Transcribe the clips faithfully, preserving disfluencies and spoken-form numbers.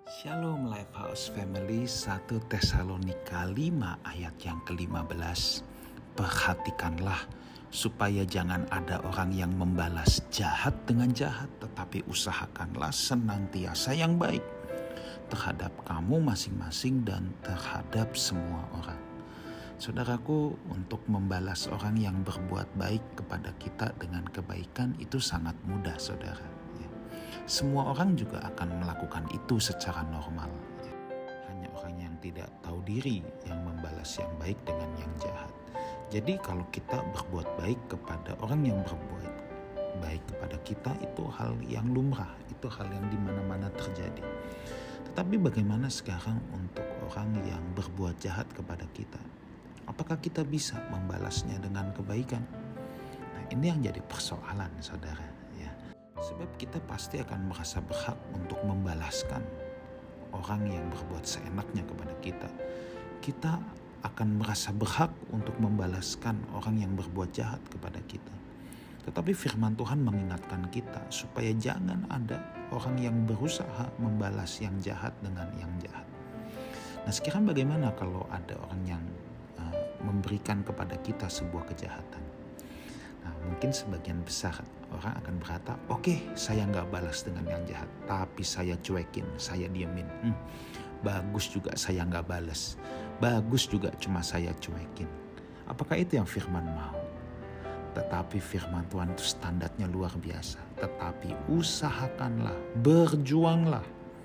Shalom Lifehouse Family, satu Tesalonika lima ayat yang kelima belas. Perhatikanlah supaya jangan ada orang yang membalas jahat dengan jahat, tetapi usahakanlah senantiasa yang baik terhadap kamu masing-masing dan terhadap semua orang. Saudaraku, untuk membalas orang yang berbuat baik kepada kita dengan kebaikan itu sangat mudah, saudara. Semua orang juga akan melakukan itu secara normal. Hanya orang yang tidak tahu diri yang membalas yang baik dengan yang jahat. Jadi kalau kita berbuat baik kepada orang yang berbuat baik kepada kita, itu hal yang lumrah, itu hal yang dimana-mana terjadi. Tetapi bagaimana sekarang untuk orang yang berbuat jahat kepada kita? Apakah kita bisa membalasnya dengan kebaikan? Nah, ini yang jadi persoalan, saudara. Ya. Sebab kita pasti akan merasa berhak untuk membalaskan orang yang berbuat seenaknya kepada kita. Kita akan merasa berhak untuk membalaskan orang yang berbuat jahat kepada kita. Tetapi firman Tuhan mengingatkan kita supaya jangan ada orang yang berusaha membalas yang jahat dengan yang jahat. Nah, sekarang bagaimana kalau ada orang yang uh, memberikan kepada kita sebuah kejahatan? Nah, mungkin sebagian besar orang akan berkata, oke, okay, saya nggak balas dengan yang jahat, tapi saya cuekin, saya diemin. Hmm, bagus juga saya nggak balas, bagus juga cuma saya cuekin. Apakah itu yang firman mau? Tetapi firman Tuhan itu standarnya luar biasa. Tetapi usahakanlah, berjuanglah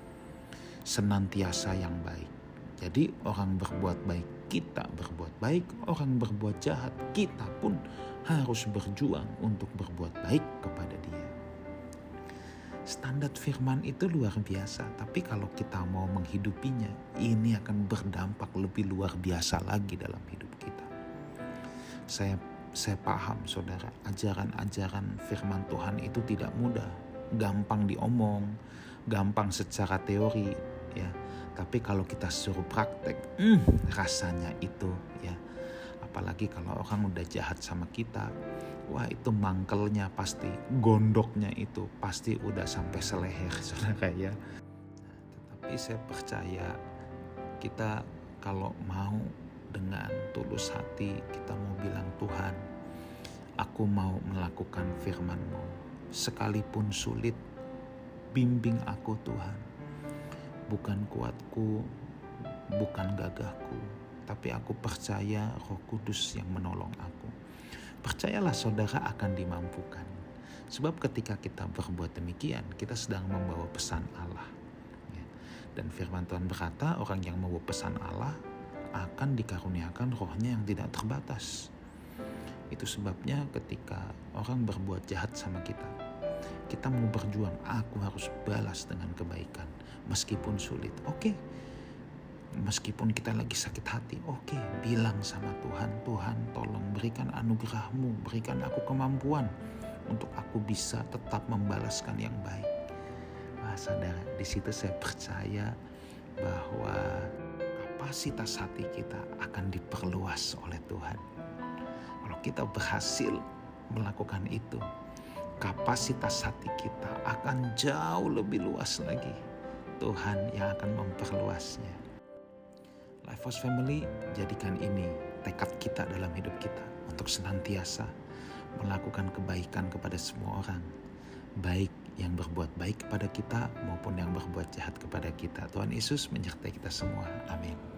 senantiasa yang baik. Jadi orang berbuat baik, kita berbuat baik. Orang berbuat jahat, kita pun harus berjuang untuk berbuat baik kepada dia. Standar firman itu luar biasa. Tapi kalau kita mau menghidupinya, ini akan berdampak lebih luar biasa lagi dalam hidup kita. Saya Saya paham, saudara, ajaran-ajaran firman Tuhan itu tidak mudah, gampang diomong, gampang secara teori, ya. Tapi kalau kita suruh praktek, hmm, rasanya itu, ya. Apalagi kalau orang udah jahat sama kita, wah itu mangkelnya pasti, gondoknya itu pasti udah sampai seleher, saudara, ya. Tetapi saya percaya kita kalau mau dengan tulus hati, kita mau bilang, Tuhan, aku mau melakukan firman-Mu. Sekalipun sulit, bimbing aku Tuhan. Bukan kuatku, bukan gagahku, tapi aku percaya Roh Kudus yang menolong aku. Percayalah saudara akan dimampukan. Sebab ketika kita berbuat demikian, kita sedang membawa pesan Allah. Dan firman Tuhan berkata, orang yang membawa pesan Allah akan dikaruniakan rohnya yang tidak terbatas. Itu sebabnya ketika orang berbuat jahat sama kita, kita mau berjuang, aku harus balas dengan kebaikan. Meskipun sulit, oke. Okay. Meskipun kita lagi sakit hati, oke. Okay. Bilang sama Tuhan, Tuhan tolong berikan anugerah-Mu, berikan aku kemampuan untuk aku bisa tetap membalaskan yang baik. Wah saudara, di situ saya percaya bahwa kapasitas hati kita akan diperluas oleh Tuhan. Kalau kita berhasil melakukan itu, kapasitas hati kita akan jauh lebih luas lagi. Tuhan yang akan memperluasnya. Lifehouse Family, jadikan ini tekad kita dalam hidup kita untuk senantiasa melakukan kebaikan kepada semua orang. Baik yang berbuat baik kepada kita maupun yang berbuat jahat kepada kita. Tuhan Yesus menyertai kita semua. Amin.